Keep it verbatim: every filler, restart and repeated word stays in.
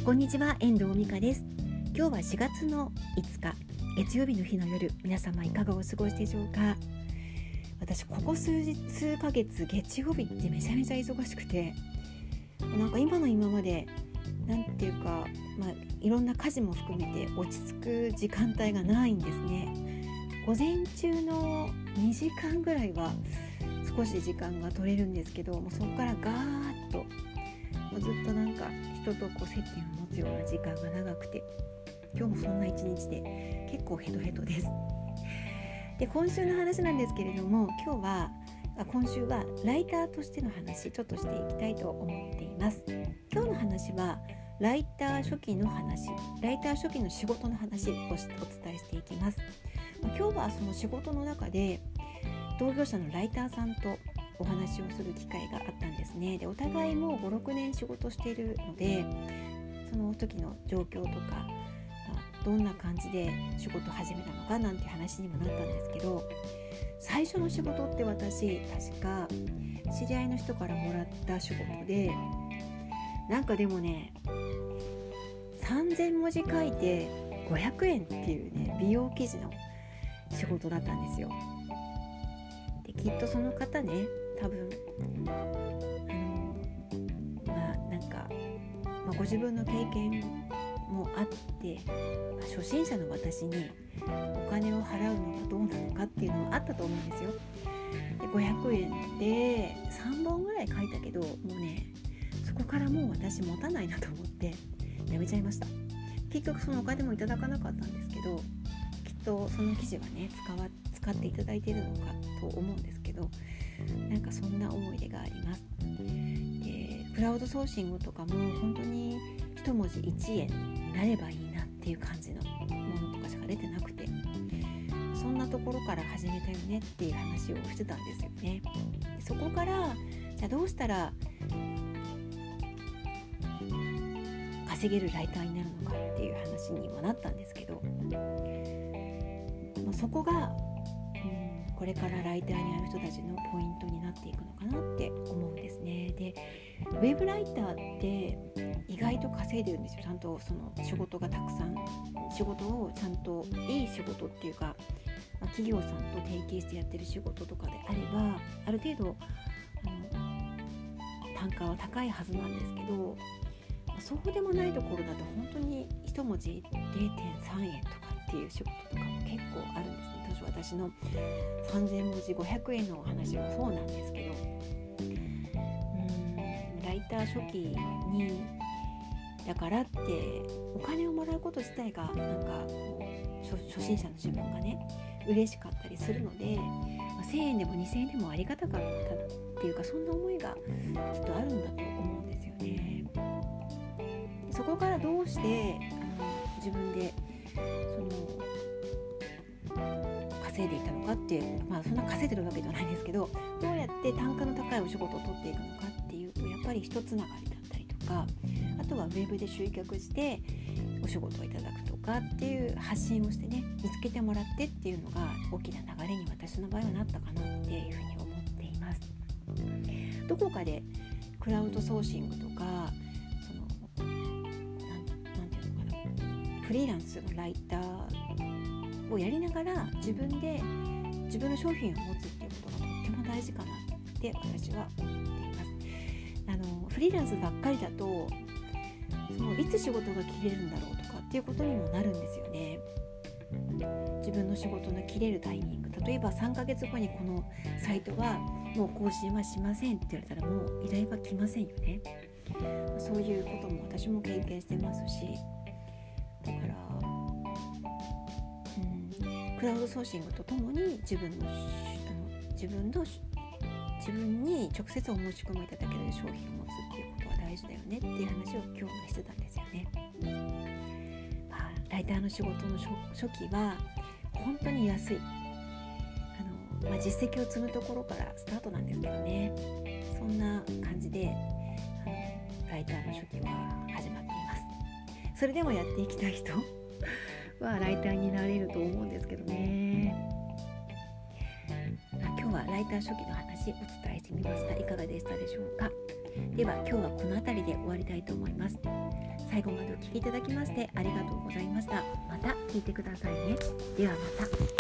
こんにちは、遠藤美香です。今日はしがつのいつか月曜日の日の夜、皆様いかがお過ごしでしょうか。私ここ数日数ヶ月月曜日ってめちゃめちゃ忙しくて、なんか今の今までなんていうか、まあ、いろんな家事も含めて落ち着く時間帯がないんですね。午前中のにじかんぐらいは少し時間が取れるんですけど、もうそこからガーッともうずっとなんか人とこう接点を持つような時間が長くて、今日もそんな一日で結構ヘトヘトです。で、今週の話なんですけれども、今日は今週はライターとしての話ちょっとしていきたいと思っています。今日の話はライター初期の話、ライター初期の仕事の話をお伝えしていきます。今日はその仕事の中で同業者のライターさんとお話をする機会があったんですね。で、お互いもうご、ろくねん仕事しているので、その時の状況とかどんな感じで仕事を始めたのかなんて話にもなったんですけど、最初の仕事って私確か知り合いの人からもらった仕事で、なんかでもねさんぜんもじ書いてごひゃくえんっていうね美容記事の仕事だったんですよ。で、きっとその方ね、多分あのまあなんか、まあ、ご自分の経験もあって、まあ、初心者の私にお金を払うのがどうなのかっていうのもあったと思うんですよ。で、ごひゃくえんでさんぼんぐらい書いたけど、もうねそこからもう私持たないなと思ってやめちゃいました。結局そのお金もいただかなかったんですけど、きっとその記事はね使わ使っていただいているのかと思うんですけど、なんかそんな思い出があります。で、クラウドソーシングとかも本当に一文字いちえんになればいいなっていう感じのものとかしか出てなくて、そんなところから始めたよねっていう話をしてたんですよね。で、そこからじゃあどうしたら稼げるライターになるのかっていう話にはなったんですけど、そこが、うん、これからライターになる人たちのポイントになっていくのかなって思うんですね。で、ウェブライターって意外と稼いでるんですよ。ちゃんとその仕事がたくさん、仕事をちゃんといい仕事っていうか、まあ、企業さんと提携してやってる仕事とかであれば、ある程度あの単価は高いはずなんですけど、そうでもないところだと本当に一文字 れいてんさんえんとかっていう仕事とかも結構あるんですね。当初私のさんぜんもじごひゃくえんのお話もそうなんですけど、うーんライター初期にだからってお金をもらうこと自体がなんかこう 初, 初心者の自分がね嬉しかったりするので、まあ、せんえんでもにせんえんでもありがたかったっていうか、そんな思いがきっとあるんだと思うんですよね。そこからどうしてあの自分でその稼いでいたのかっていう、まあそんな稼いでるわけじゃないんですけど、どうやって単価の高いお仕事を取っていくのかっていうと、やっぱり人つながりだったりとか、あとはウェブで集客してお仕事をいただくとかっていう発信をしてね、見つけてもらってっていうのが大きな流れに私の場合はなったかなっていうふうに思っています。どこかでクラウドソーシングとかフリーランスのライターをやりながら自分で自分の商品を持つっていうことがとっても大事かなって私は思っています。あのフリーランスばっかりだとそのいつ仕事が切れるんだろうとかっていうことにもなるんですよね。自分の仕事の切れるタイミング、例えばさんかげつごにこのサイトはもう更新はしませんって言われたらもう依頼は来ませんよね。そういうことも私も経験してますし、だから、うん、クラウドソーシングとともに自分の、あの自分の自分に直接お申し込みいただける商品を持つっていうことは大事だよねっていう話を今日もしてたんですよね。まあ、ライターの仕事の 初, 初期は本当に安い、あの、まあ、実績を積むところからスタートなんですけどね、そんな感じであのライターの初期は始まっています。それでもやっていきたい人はライターになれると思うんですけどね。今日はライター初期の話お伝えしてみました。いかがでしたでしょうか。では今日はこの辺りで終わりたいと思います。 最後までお聞きいただきましてありがとうございました。また聞いてくださいね。ではまた。